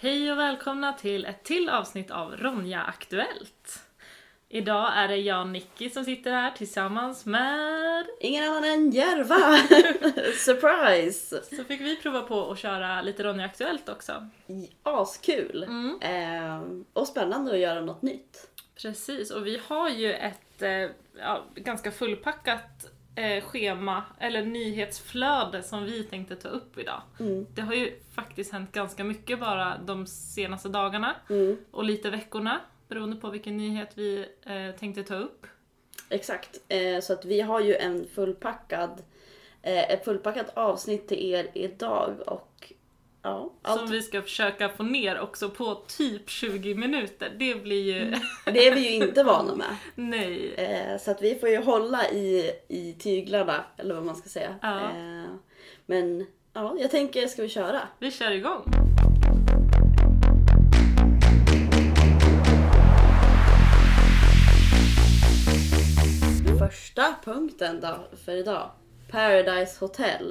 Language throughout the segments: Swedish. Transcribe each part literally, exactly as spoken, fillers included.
Hej och välkomna till ett till avsnitt av Ronja Aktuellt. Idag är det jag och Nicky som sitter här tillsammans med... Ingen annan än Järva! Surprise! Så fick vi prova på att köra lite Ronja Aktuellt också. Askul! Mm. Eh, och spännande att göra något nytt. Precis, och vi har ju ett eh, ja, ganska fullpackat eh, schema eller nyhetsflöde som vi tänkte ta upp idag. Mm. Det har ju faktiskt hänt ganska mycket bara de senaste dagarna Mm. och lite veckorna. Beroende på vilken nyhet vi eh, tänkte ta upp. Exakt. Eh, så att vi har ju en fullpackad, eh, ett fullpackat avsnitt till er idag. Och ja, allt. Som vi ska försöka få ner också på typ tjugo minuter. Det blir ju... Mm. Det är vi ju inte vana med. Nej. Eh, så att vi får ju hålla i, i tyglarna, eller vad man ska säga. Ja. Eh, men ja, jag tänker, ska vi köra? Vi kör igång. Första punkten då för idag. Paradise Hotel.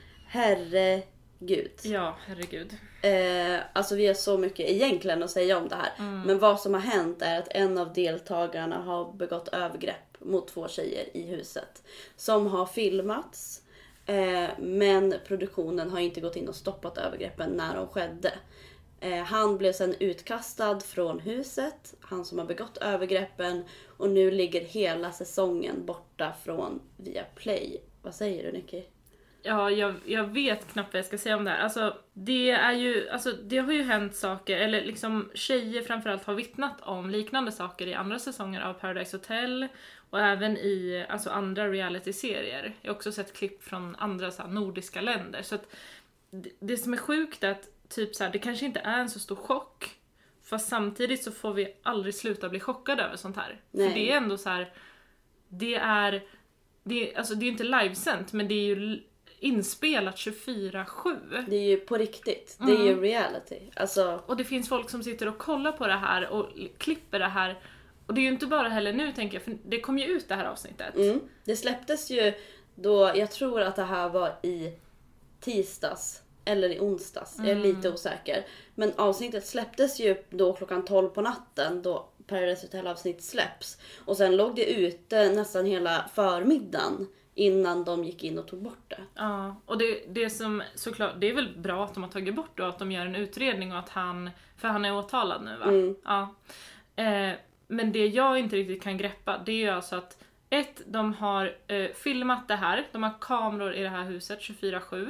Herregud. Ja, herregud. Eh, alltså vi har så mycket egentligen att säga om det här. Mm. Men vad som har hänt är att en av deltagarna har begått övergrepp mot två tjejer i huset. Som har filmats. Eh, men produktionen har inte gått in och stoppat övergreppen när de skedde. Eh, han blev sedan utkastad från huset. Han som har begått övergreppen. Och nu ligger hela säsongen borta från Viaplay. Vad säger du, Nicky? Ja, jag, jag vet knappt vad jag ska säga om det här. Alltså, det är ju, alltså, det har ju hänt saker, eller liksom tjejer framförallt har vittnat om liknande saker i andra säsonger av Paradise Hotel. Och även i alltså, andra reality-serier. Jag har också sett klipp från andra så här, nordiska länder. Så att det, det som är sjukt är att typ, så här, det kanske inte är en så stor chock. Fast samtidigt så får vi aldrig sluta bli chockade över sånt här. Nej. För det är ändå så här, det är, det är, alltså det är inte livesänt, men det är ju inspelat tjugofyra sju. Det är ju på riktigt. Det är ju reality. Alltså... Och det finns folk som sitter och kollar på det här och klipper det här. Och det är ju inte bara heller nu, tänker jag, för det kom ju ut det här avsnittet. Mm. Det släpptes ju då, jag tror att det här var i tisdags eller i onsdags. Jag är lite osäker. Men avsnittet släpptes ju då klockan tolv på natten då Paradise Hotel avsnitt släpps. Och sen låg det ute nästan hela förmiddagen innan de gick in och tog bort det. Ja, och det, det som såklart, det är väl bra att de har tagit bort och att de gör en utredning och att han, för han är åtalad nu, va? Mm. Ja. Eh, men det jag inte riktigt kan greppa, det är ju alltså att ett, de har eh, filmat det här, de har kameror i det här huset tjugofyra sju.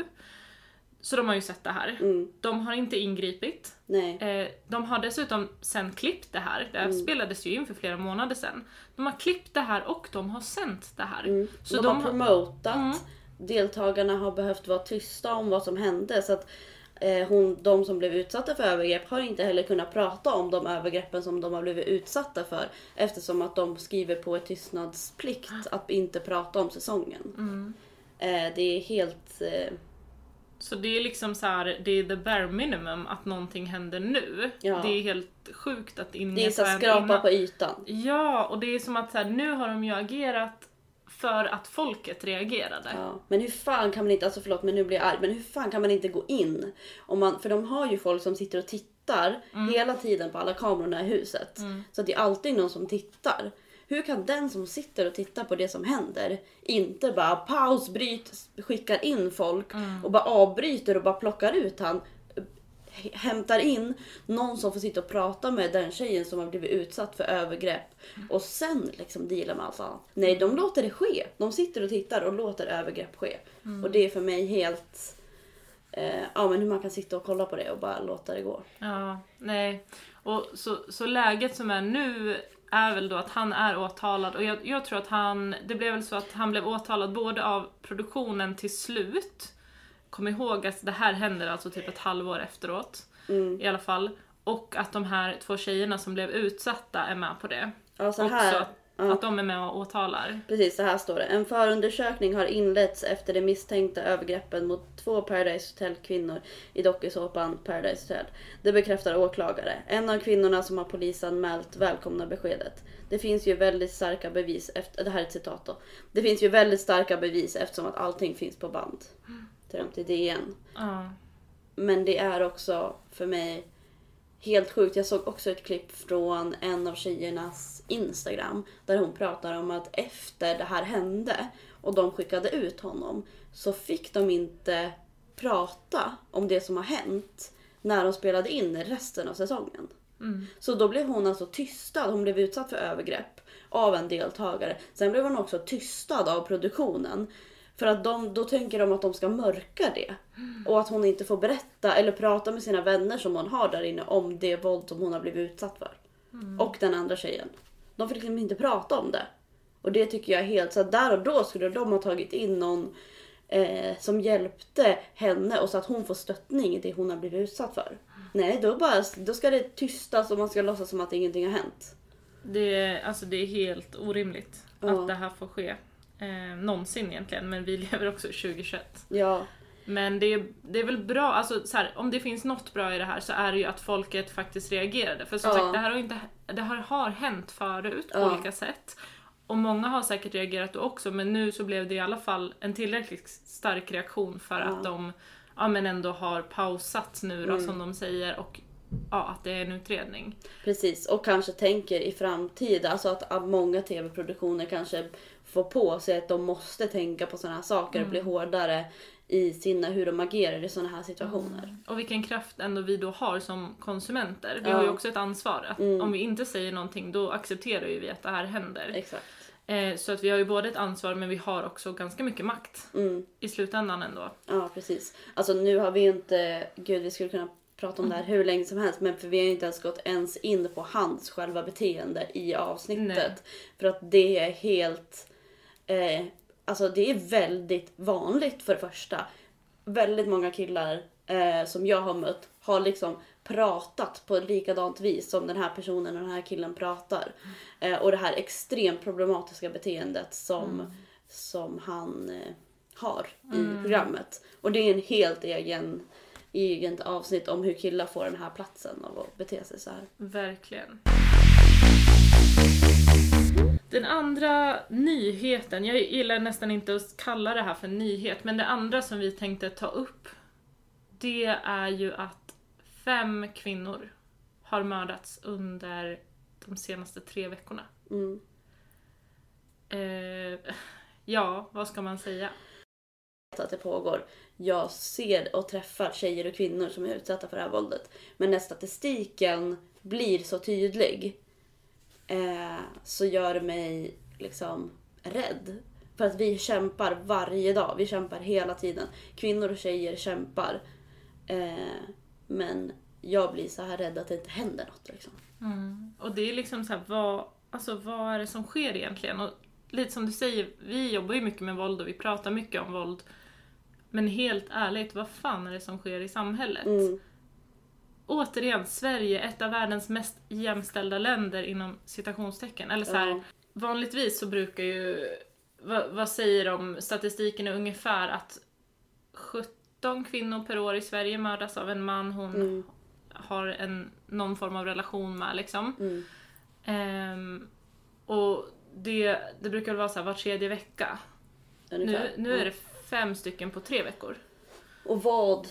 Så de har ju sett det här. Mm. De har inte ingripit. Nej. Eh, de har dessutom sen klippt det här. Det här Mm. spelades ju in för flera månader sedan. De har klippt det här och de har sänt det här. Mm. Så de, de har har- promotat. Mm. Deltagarna har behövt vara tysta om vad som hände. Så att eh, hon, de som blev utsatta för övergrepp har inte heller kunnat prata om de övergreppen som de har blivit utsatta för. Eftersom att de skriver på ett tystnadsplikt att inte prata om säsongen. Mm. Eh, det är helt... Eh, Så det är liksom så här, det är the bare minimum att någonting händer nu. Ja. Det är helt sjukt att inget det är så har hänt skrapa innan. på ytan. Ja, och det är som att så här, nu har de ju agerat för att folket reagerade. Ja. Men hur fan kan man inte, alltså förlåt men nu blir jag arg, men hur fan kan man inte gå in? Om man, för de har ju folk som sitter och tittar hela tiden på alla kamerorna i huset. Mm. Så att det är alltid någon som tittar. Hur kan den som sitter och tittar på det som händer inte bara paus, bryt, skickar in folk och bara avbryter och bara plockar ut han, h- hämtar in någon som får sitta och prata med den tjejen som har blivit utsatt för övergrepp och sen liksom deala med allt annat. Nej, de låter det ske. De sitter och tittar och låter övergrepp ske. Och det är för mig helt... Eh, ja, men hur man kan sitta och kolla på det och bara låta det gå. Ja, nej. Och så, så läget som är nu är väl då att han är åtalad. Och jag, jag tror att han, det blev väl så att han blev åtalad både av produktionen till slut. Kom ihåg att det här händer alltså typ ett halvår efteråt. Mm. I alla fall. Och att de här två tjejerna som blev utsatta är med på det. Ja, så Också här... att, Ja. att de är med och åtalar. Precis, så här står det. En förundersökning har inletts efter de misstänkta övergreppen mot två Paradise Hotel-kvinnor i dokusåpan Paradise Hotel. Det bekräftar åklagare. En av kvinnorna som har polisanmält välkomna beskedet. Det finns ju väldigt starka bevis efter... Det här är ett citat då. Det finns ju väldigt starka bevis eftersom att allting finns på band. Till dem till D N. Ja. Men det är också för mig helt sjukt. Jag såg också ett klipp från en av tjejernas Instagram där hon pratar om att efter det här hände och de skickade ut honom så fick de inte prata om det som har hänt när de spelade in resten av säsongen. Mm. Så då blev hon alltså tystad. Hon blev utsatt för övergrepp av en deltagare. Sen blev hon också tystad av produktionen. För att de, då tänker de att de ska mörka det. Och att hon inte får berätta eller prata med sina vänner som hon har där inne om det våld som hon har blivit utsatt för. Mm. Och den andra tjejen. De fick liksom inte prata om det. Och det tycker jag är helt så att där och då skulle de ha tagit in någon eh, som hjälpte henne och så att hon får stöttning i det hon har blivit utsatt för. Nej, då, bara, då ska det tystas och man ska låtsas som att ingenting har hänt. Det är, alltså det är helt orimligt Ja. att det här får ske. Eh, någonsin egentligen, men vi lever också tjugo tjugoett. Ja. Men det är, det är väl bra, alltså så här, om det finns något bra i det här så är det ju att folket faktiskt reagerade. För som Ja. sagt, det här har, inte, det här har hänt förut på Ja. olika sätt. Och många har säkert reagerat då också, men nu så blev det i alla fall en tillräckligt stark reaktion för Ja. att de ja, men ändå har pausat nu då, Mm. som de säger, och ja, att det är en utredning. Precis, och kanske tänker i framtiden, alltså att, att många tv-produktioner kanske får på sig att de måste tänka på sådana här saker och bli hårdare i sina, hur de agerar i sådana här situationer. Mm. Och vilken kraft ändå vi då har som konsumenter. Vi Ja. har ju också ett ansvar. Att Mm. om vi inte säger någonting, då accepterar ju vi att det här händer. Exakt. Eh, så att vi har ju både ett ansvar, men vi har också ganska mycket makt. Mm. I slutändan ändå. Ja, precis. Alltså nu har vi ju inte, gud vi skulle kunna prata om det här hur länge som helst, men för vi har ju inte ens gått ens in på hans själva beteende i avsnittet. Nej. För att det är helt, eh, alltså det är väldigt vanligt för det första. Väldigt många killar eh, som jag har mött har liksom pratat på ett likadant vis som den här personen och den här killen pratar. Eh, och det här extremt problematiska beteendet som, Mm. som han eh, har i Mm. programmet. Och det är en helt egen, egen avsnitt om hur killar får den här platsen av att bete sig så här. Verkligen. Den andra nyheten, jag gillar nästan inte att kalla det här för nyhet, men det andra som vi tänkte ta upp, det är ju att fem kvinnor har mördats under de senaste tre veckorna. Mm. Eh, ja, vad ska man säga? Att det pågår. Jag ser och träffar tjejer och kvinnor som är utsatta för det här våldet. Men när statistiken blir så tydlig eh, så gör det mig liksom rädd. För att vi kämpar varje dag. Vi kämpar hela tiden. Kvinnor och tjejer kämpar. Eh, men jag blir så här rädd att det inte händer något. Liksom. Mm. Och det är liksom så här, vad, alltså, vad är det som sker egentligen? Och lite som du säger, vi jobbar ju mycket med våld och vi pratar mycket om våld. Men helt ärligt, vad fan är det som sker i samhället? Mm. Återigen, Sverige, ett av världens mest jämställda länder inom citationstecken. Eller så här, Ja. vanligtvis så brukar ju, vad, vad säger de, statistiken är ungefär att sjutton kvinnor per år i Sverige mördas av en man hon Mm. har en, någon form av relation med liksom. Mm. Ehm, och det, det brukar vara så här var tredje vecka. Nu, Ungefär. nu Ja. är det fem stycken på tre veckor. Och vad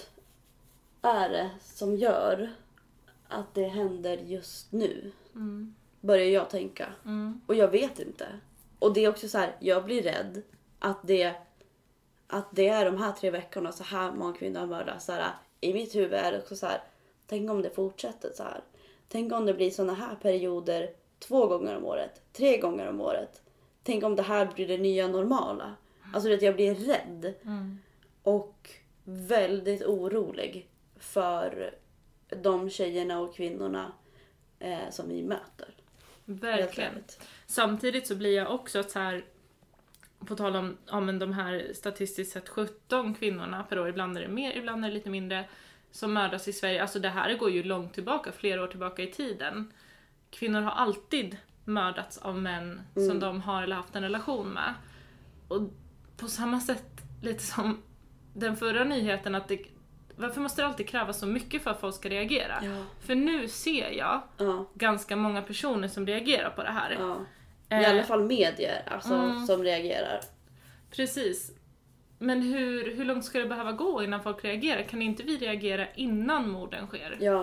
är det som gör att det händer just nu? Mm. Börjar jag tänka. Mm. Och jag vet inte. Och det är också så här, jag blir rädd att det, att det är de här tre veckorna så här många kvinnor har mördats. Så här, i mitt huvud är det också så här, tänk om det fortsätter så här. Tänk om det blir såna här perioder två gånger om året, tre gånger om året. Tänk om det här blir det nya normala. Alltså att jag blir rädd. Mm. Och väldigt orolig för de tjejerna och kvinnorna eh, som vi möter. Verkligen. Helt ärligt. Samtidigt så blir jag också så här, på tal om ja, men de här statistiskt sett sjutton kvinnorna per år, ibland är det mer, ibland är det lite mindre, som mördas i Sverige. Alltså det här går ju långt tillbaka, flera år tillbaka i tiden. Kvinnor har alltid mördats av män Mm. som de har eller haft en relation med. Och på samma sätt, lite som den förra nyheten, att det, varför måste det alltid krävas så mycket för att folk ska reagera? Ja. För nu ser jag Ja, ganska många personer som reagerar på det här. ja. I Eh, alla fall medier alltså, mm. som reagerar. Precis. Men hur, hur långt ska det behöva gå innan folk reagerar? Kan inte vi reagera innan morden sker? Ja,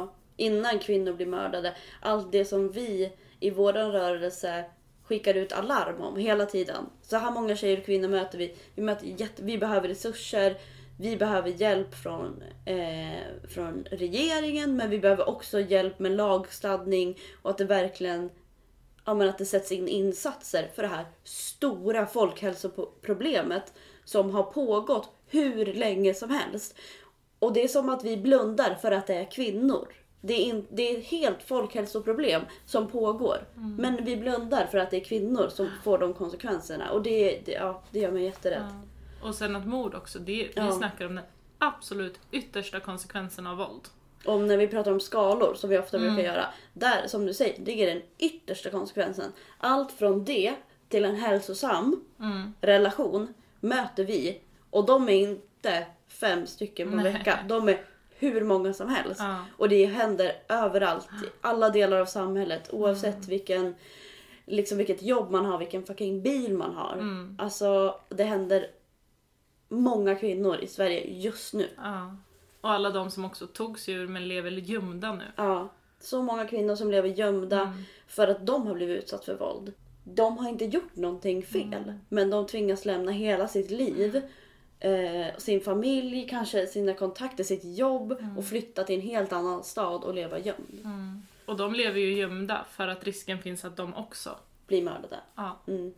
innan kvinnor blir mördade. Allt det som vi i vår rörelse skickar ut alarm om hela tiden. Så här många tjejer och kvinnor möter vi. Vi, möter jätte, vi behöver resurser. Vi behöver hjälp från, eh, från regeringen. Men vi behöver också hjälp med lagstadning. Och att det verkligen ja, men att det sätts in insatser för det här stora folkhälsoproblemet. Som har pågått hur länge som helst. Och det är som att vi blundar för att det är kvinnor. Det är, in, det är ett helt folkhälsoproblem som pågår. Mm. Men vi blundar för att det är kvinnor som får de konsekvenserna. Och det, det, ja, det gör mig jätterädd. Ja. Och sen att mord också. Det, vi ja. snackar om den absolut yttersta konsekvensen av våld. Om när vi pratar om skalor som vi ofta mm. brukar göra. Där, som du säger, ligger den yttersta konsekvensen. Allt från det till en hälsosam mm. relation möter vi. Och de är inte fem stycken på en vecka. De är hur många som helst. Ja. Och det händer överallt. I alla delar av samhället. Oavsett mm. vilken, liksom vilket jobb man har. Vilken fucking bil man har. Mm. Alltså det händer många kvinnor i Sverige just nu. Ja. Och alla de som också tog sig ur men lever gömda nu. Ja. Så många kvinnor som lever gömda. Mm. För att de har blivit utsatt för våld. De har inte gjort någonting fel. Mm. Men de tvingas lämna hela sitt liv. Mm. Eh, sin familj, kanske sina kontakter, sitt jobb mm. och flytta till en helt annan stad och leva gömd. Mm. Och de lever ju gömda för att risken finns att de också blir mördade. Ja. Mm.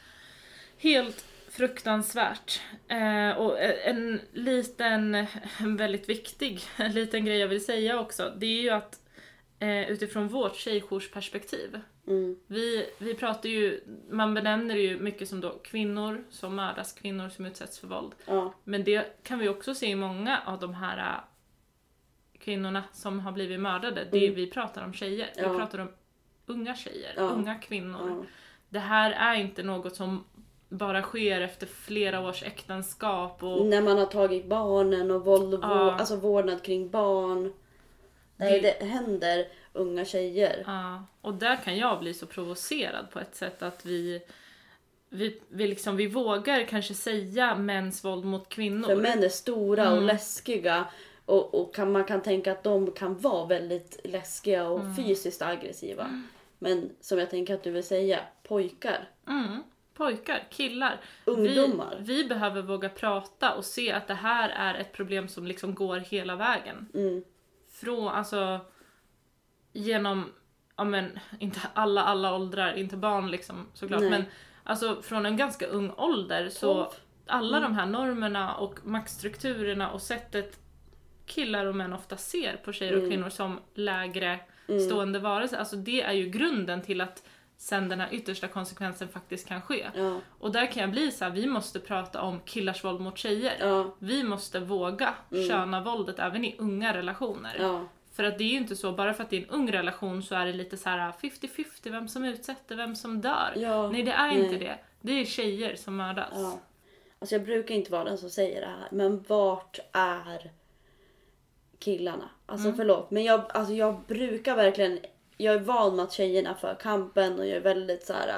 Helt fruktansvärt. Eh, och en liten, en väldigt viktig en liten grej jag vill säga också, det är ju att eh, utifrån vårt tjejjoursperspektiv. Mm. Vi, vi pratar ju, man benämner ju mycket som då kvinnor som mördas, kvinnor som utsätts för våld. Ja. Men det kan vi också se i många av de här äh, kvinnorna som har blivit mördade. Mm. Det vi pratar om tjejer. Ja. Vi pratar om unga tjejer, ja. unga kvinnor. Ja. Det här är inte något som bara sker efter flera års äktenskap. Och när man har tagit barnen och våld och ja. vård, alltså vårdnad kring barn. Nej, det, det händer unga tjejer. Ja, och där kan jag bli så provocerad på ett sätt att vi vi, vi, liksom, vi vågar kanske säga mäns våld mot kvinnor. För män är stora mm. och läskiga och, och kan, man kan tänka att de kan vara väldigt läskiga och mm. fysiskt aggressiva. Mm. Men som jag tänker att du vill säga, pojkar. Mm. Pojkar, killar. Ungdomar. Vi, vi behöver våga prata och se att det här är ett problem som liksom går hela vägen. Mm. Från, alltså genom, ja men inte alla alla åldrar, inte barn liksom såklart. Nej. Men alltså från en ganska ung ålder så oh. alla mm. de här normerna och maktstrukturerna och sättet killar och män ofta ser på tjejer mm. och kvinnor som lägre mm. stående varelser. Alltså det är ju grunden till att sen den här yttersta konsekvensen faktiskt kan ske. Ja. Och där kan jag bli så här, vi måste prata om killars våld mot tjejer. Ja. Vi måste våga mm. köna våldet även i unga relationer. Ja. För att det är ju inte så, bara för att det är en ung relation så är det lite så här femtio femtio vem som utsätter, vem som dör. Ja. Nej, det är Nej. inte det. Det är tjejer som mördas. Ja. Alltså jag brukar inte vara den som säger det här, men vart är killarna? Alltså mm. förlåt, men jag, alltså jag brukar verkligen, jag är van med att tjejerna för kampen och jag är väldigt så här.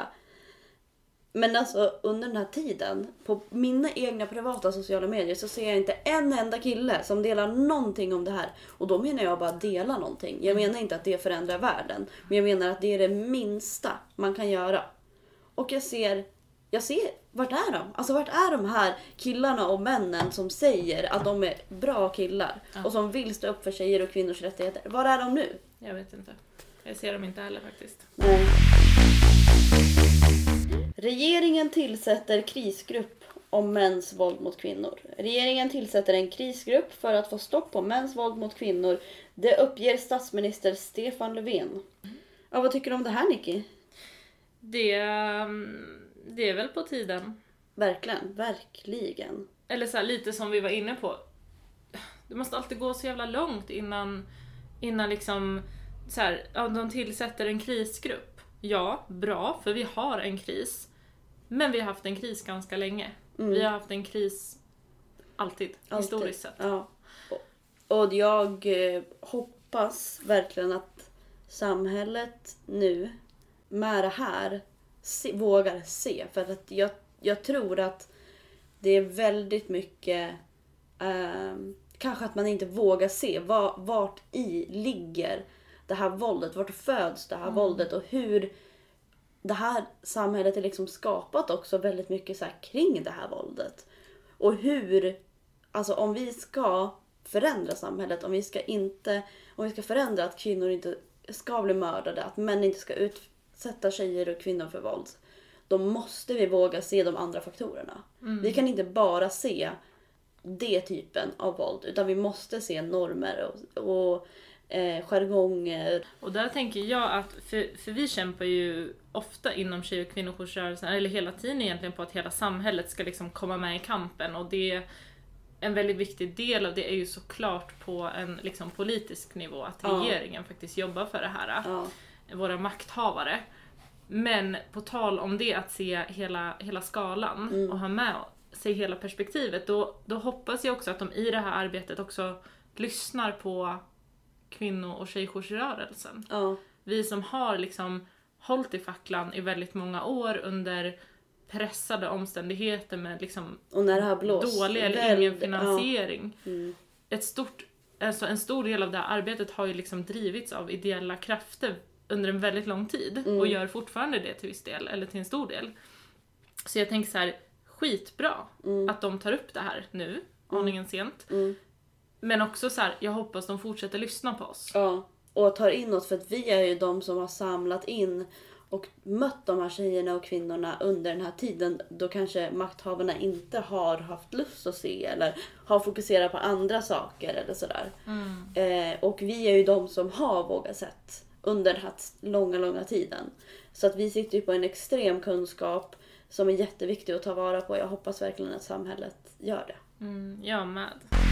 Men alltså under den här tiden på mina egna privata sociala medier så ser jag inte en enda kille som delar någonting om det här. Och då menar jag bara dela någonting. Jag menar inte att det förändrar världen, men jag menar att det är det minsta man kan göra. Och jag ser, jag ser, vart är de? Alltså vart är de här killarna och männen som säger att de är bra killar ja. och som vill stå upp för tjejer och kvinnors rättigheter? Var är de nu? Jag vet inte. Jag ser dem inte heller faktiskt. Nej. Regeringen tillsätter krisgrupp om mäns våld mot kvinnor. Regeringen tillsätter en krisgrupp för att få stopp på mäns våld mot kvinnor. Det uppger statsminister Stefan Löfven. Ja, vad tycker du om det här, Nicky? Det, det är väl på tiden. Verkligen, verkligen. Eller så här, lite som vi var inne på. Det måste alltid gå så jävla långt innan, innan liksom så här, ja, de tillsätter en krisgrupp. Ja, bra, för vi har en kris. Men vi har haft en kris ganska länge. Mm. Vi har haft en kris alltid, alltid. historiskt sett. Ja. Och, och jag eh, hoppas verkligen att samhället nu med det här se, vågar se. För att jag, jag tror att det är väldigt mycket... Eh, kanske att man inte vågar se var, vart i ligger det här våldet, vart föds det här mm. våldet och hur det här samhället är liksom skapat också väldigt mycket så här kring det här våldet. Och hur, alltså om vi ska förändra samhället, om vi ska inte, om vi ska förändra att kvinnor inte ska bli mördade, att män inte ska utsätta tjejer och kvinnor för våld, då måste vi våga se de andra faktorerna. Mm. Vi kan inte bara se det typen av våld, utan vi måste se normer och, och eh, jargonger. Och där tänker jag att, för, för vi kämpar ju ofta inom tjej- och kvinnojoursrörelsen, eller hela tiden egentligen, på att hela samhället ska liksom komma med i kampen, och det en väldigt viktig del av det är ju såklart på en liksom politisk nivå, att regeringen ja. faktiskt jobbar för det här, ja. våra makthavare. Men på tal om det, att se hela, hela skalan mm. och ha med sig hela perspektivet, då, då hoppas jag också att de i det här arbetet också lyssnar på kvinno- och tjejjoursrörelsen. Ja. Vi som har liksom hållit i facklan i väldigt många år under pressade omständigheter med liksom och när det här blåst, dålig eller ingen finansiering. Ja. Mm. Ett stort, alltså en stor del av det här arbetet har ju liksom drivits av ideella krafter under en väldigt lång tid mm. och gör fortfarande det till viss del, eller till en stor del. Så jag tänker så här, skitbra mm. att de tar upp det här nu, mm. aningen sent. Mm. Men också så här, jag hoppas de fortsätter lyssna på oss. Ja, och tar in oss, för att vi är ju de som har samlat in och mött de här tjejerna och kvinnorna under den här tiden då kanske makthavarna inte har haft lust att se eller har fokuserat på andra saker eller sådär. Mm. Eh, och vi är ju de som har vågat sett under den här långa, långa tiden. Så att vi sitter ju på en extrem kunskap som är jätteviktig att ta vara på. Jag hoppas verkligen att samhället gör det. Mm, jag med.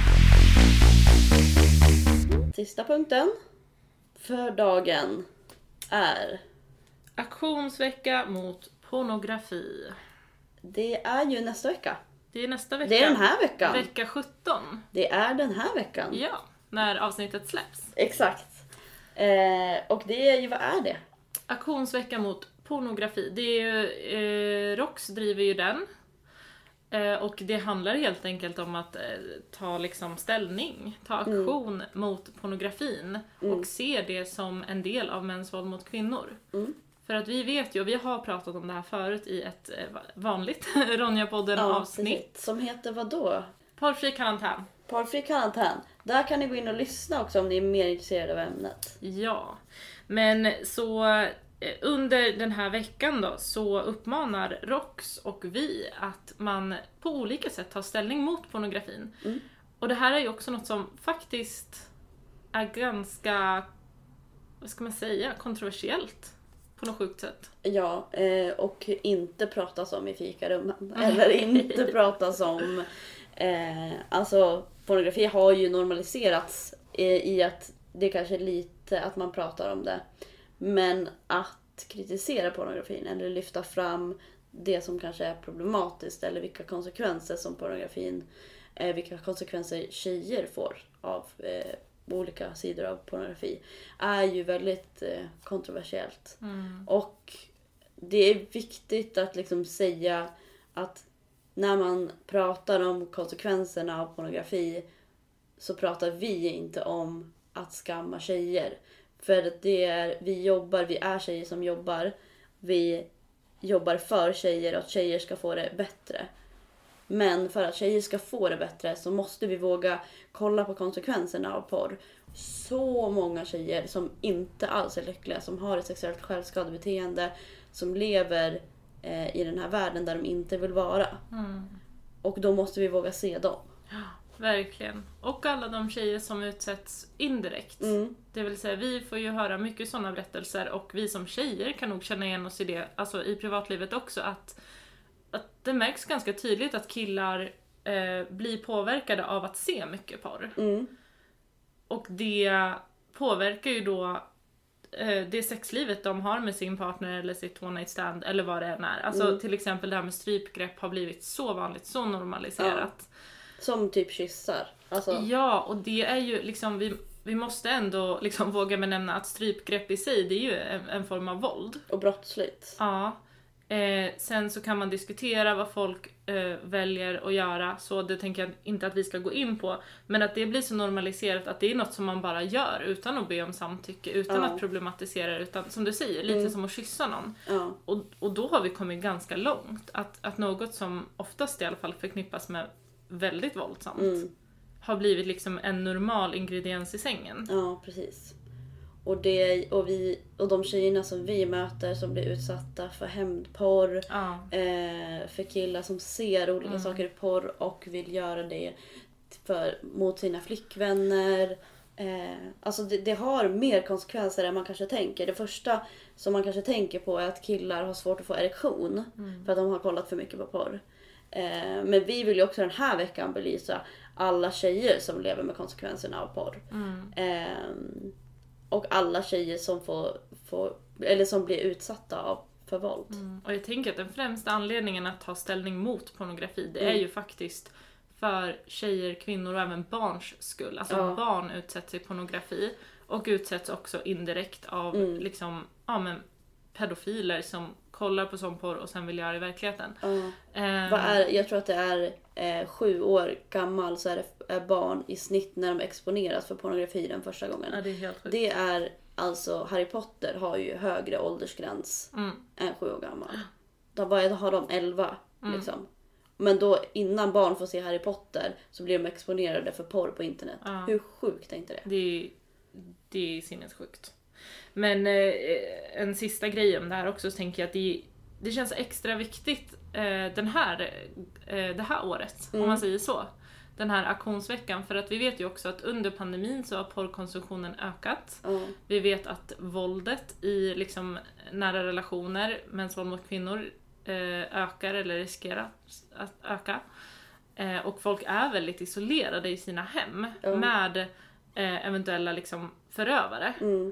Sista punkten för dagen är aktionsvecka mot pornografi. Det är ju nästa vecka. Det är nästa vecka. Det är den här veckan. Vecka sjutton. Det är den här veckan. Ja, när avsnittet släpps. Exakt. Eh, och det är ju, vad är det? Aktionsvecka mot pornografi. Det är ju, eh, Rox driver ju den. Eh, och det handlar helt enkelt om att eh, ta liksom ställning, ta aktion mm. mot pornografin mm. och se det som en del av mäns våld mot kvinnor. Mm. För att vi vet ju, och vi har pratat om det här förut i ett eh, vanligt Ronja-podden ja, avsnitt. Precis. Som heter vad då? Porrfri karantän. Porrfri karantän. Där kan ni gå in och lyssna också om ni är mer intresserade av ämnet. Ja, men så under den här veckan då så uppmanar Rox och vi att man på olika sätt tar ställning mot pornografin. Mm. Och det här är ju också något som faktiskt är ganska, vad ska man säga, kontroversiellt på något sjukt sätt. Ja, och inte pratas om i fikarummen. Eller inte pratas om, eh, alltså pornografi har ju normaliserats i att det kanske är lite att man pratar om det. Men att kritisera pornografin eller lyfta fram det som kanske är problematiskt eller vilka konsekvenser som pornografin, eh, vilka konsekvenser tjejer får av eh, olika sidor av pornografi är ju väldigt eh, kontroversiellt. Mm. Och det är viktigt att liksom säga att när man pratar om konsekvenserna av pornografi så pratar vi inte om att skamma tjejer. För det är, vi jobbar, vi är tjejer som jobbar. Vi jobbar för tjejer och att tjejer ska få det bättre. Men för att tjejer ska få det bättre så måste vi våga kolla på konsekvenserna av porr. Så många tjejer som inte alls är lyckliga, som har ett sexuellt självskadebeteende, som lever eh, i den här världen där de inte vill vara. Mm. Och då måste vi våga se dem. Ja, verkligen. Och alla de tjejer som utsätts indirekt. Mm. Det vill säga, vi får ju höra mycket sådana berättelser och vi som tjejer kan nog känna igen oss i det, alltså i privatlivet också, att att det märks ganska tydligt att killar eh, blir påverkade av att se mycket porr. Mm. Och det påverkar ju då eh, det sexlivet de har med sin partner eller sitt one night stand eller vad det än är. Alltså mm. till exempel det här med strypgrepp har blivit så vanligt, så normaliserat. Ja. Som typ kyssar. Alltså. Ja, och det är ju liksom, vi, vi måste ändå liksom våga benämna att strypgrepp i sig, det är ju en, en form av våld. Och brottsligt. Ja. Eh, sen så kan man diskutera vad folk eh, väljer att göra, så det tänker jag inte att vi ska gå in på. Men att det blir så normaliserat att det är något som man bara gör utan att be om samtycke, utan Ja. att problematisera, utan som du säger, lite Mm. som att kyssa någon. Ja. Och, och då har vi kommit ganska långt. Att, att något som oftast i alla fall förknippas med väldigt våldsamt Mm. har blivit liksom en normal ingrediens i sängen. Ja, precis. Och, det, och, vi, och de tjejerna som vi möter som blir utsatta för hämndporr, Ja. eh, för killar som ser olika Mm. saker i porr och vill göra det för, mot sina flickvänner. Eh, alltså det, det har mer konsekvenser än man kanske tänker. Det första som man kanske tänker på är att killar har svårt att få erektion Mm. för att de har kollat för mycket på porr. Eh, men vi vill ju också den här veckan belysa alla tjejer som lever med konsekvenserna av porr. Mm. Eh, och alla tjejer som får, får eller som blir utsatta av för våld. Mm. Och jag tänker att den främsta anledningen att ta ställning mot pornografi, det är Mm. ju faktiskt för tjejer, kvinnor och även barns skull. Alltså Ja. barn utsätts för pornografi och utsätts också indirekt av Mm. liksom, ja, men pedofiler som kollar på sån porr och sen vill göra det i verkligheten. Ja. Ehm, Vad är, jag tror att det är eh, sju år gammal så är det är barn i snitt när de exponeras för pornografi den första gången. Ja, det är helt sjukt. Det är alltså, Harry Potter har ju högre åldersgräns Mm. än sju år gammal. Då vad är det, har de elva Mm. liksom. Men då innan barn får se Harry Potter så blir de exponerade för porr på internet. Ja. Hur sjukt är inte det? Det är, det är sinnessjukt. Men eh, en sista grej om det här också, så tänker jag att det, det känns extra viktigt eh, den här, eh, det här året, Mm. om man säger så. Den här auktionsveckan, för att vi vet ju också att under pandemin så har porrkonsumtionen ökat. Ja. Vi vet att våldet i liksom nära relationer, mäns våld mot kvinnor, eh, ökar eller riskerar att öka. Eh, och folk är väldigt isolerade i sina hem Ja. med eh, eventuella liksom förövare. Mm.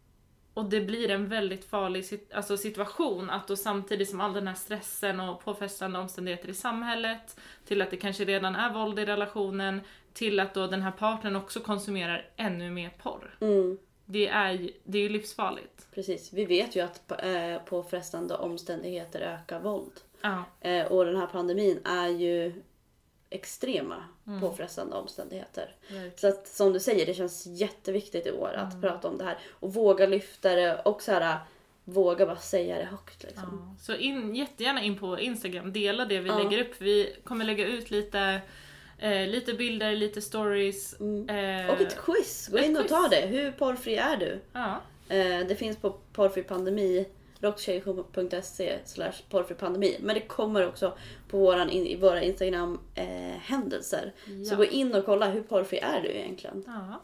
Och det blir en väldigt farlig sit- alltså situation att då samtidigt som all den här stressen och påfrestande omständigheter i samhället, till att det kanske redan är våld i relationen, till att då den här partnern också konsumerar ännu mer porr. Mm. Det är ju, det är ju livsfarligt. Precis. Vi vet ju att eh, påfrestande omständigheter ökar våld. Ja. Eh, och den här pandemin är ju extrema Mm. påfrestande omständigheter. Verkligen. Så att, som du säger, det känns jätteviktigt i år att Mm. prata om det här. Och våga lyfta det och så här, våga bara säga det högt. Liksom. Ja. Så in, jättegärna in på Instagram, dela det vi Ja. lägger upp. Vi kommer lägga ut lite, eh, lite bilder, lite stories. Mm. Eh, Och ett quiz. Gå ett in och quiz. ta det. Hur porrfri är du? Ja. Eh, det finns på porrfri pandemi. rocktjej punkt se slash porrfri pandemi. Men det kommer också på våran in, i våra Instagram eh, händelser. Ja. Så gå in och kolla hur porrfri är du egentligen. Ja.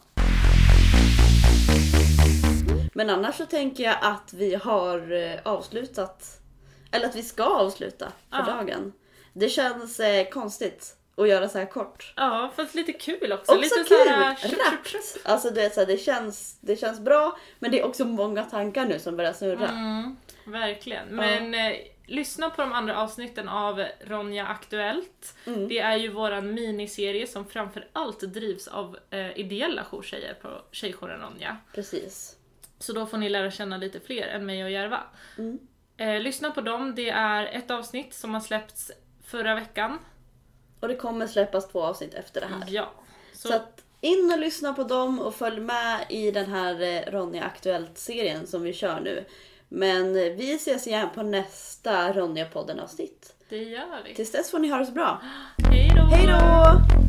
Men annars så tänker jag att vi har eh, avslutat. Eller att vi ska avsluta för Ja. dagen. Det känns eh, konstigt att göra så här kort. Ja, fast lite kul också. Också lite kul! såhär, tjup, tjup, Rappt! tjup. Alltså det, är så här, det, känns, det känns bra. Men det är också många tankar nu som börjar snurra. Mm, verkligen. Men eh, lyssna på de andra avsnitten av Ronja Aktuellt. Mm. Det är ju våran miniserie som framför allt drivs av eh, ideella jourtjejer på Tjejjouren Ronja. Precis. Så då får ni lära känna lite fler än mig och Järva. Mm. Eh, lyssna på dem. Det är ett avsnitt som har släppts förra veckan. Och det kommer släppas två avsnitt efter det här. Ja. Så, Så att in och lyssna på dem och följ med i den här eh, Ronja Aktuellt-serien som vi kör nu. Men eh, vi ses igen på nästa Ronja-podden avsnitt. det gör vi. Tills dess får ni ha det så bra. Hej då! Hej då!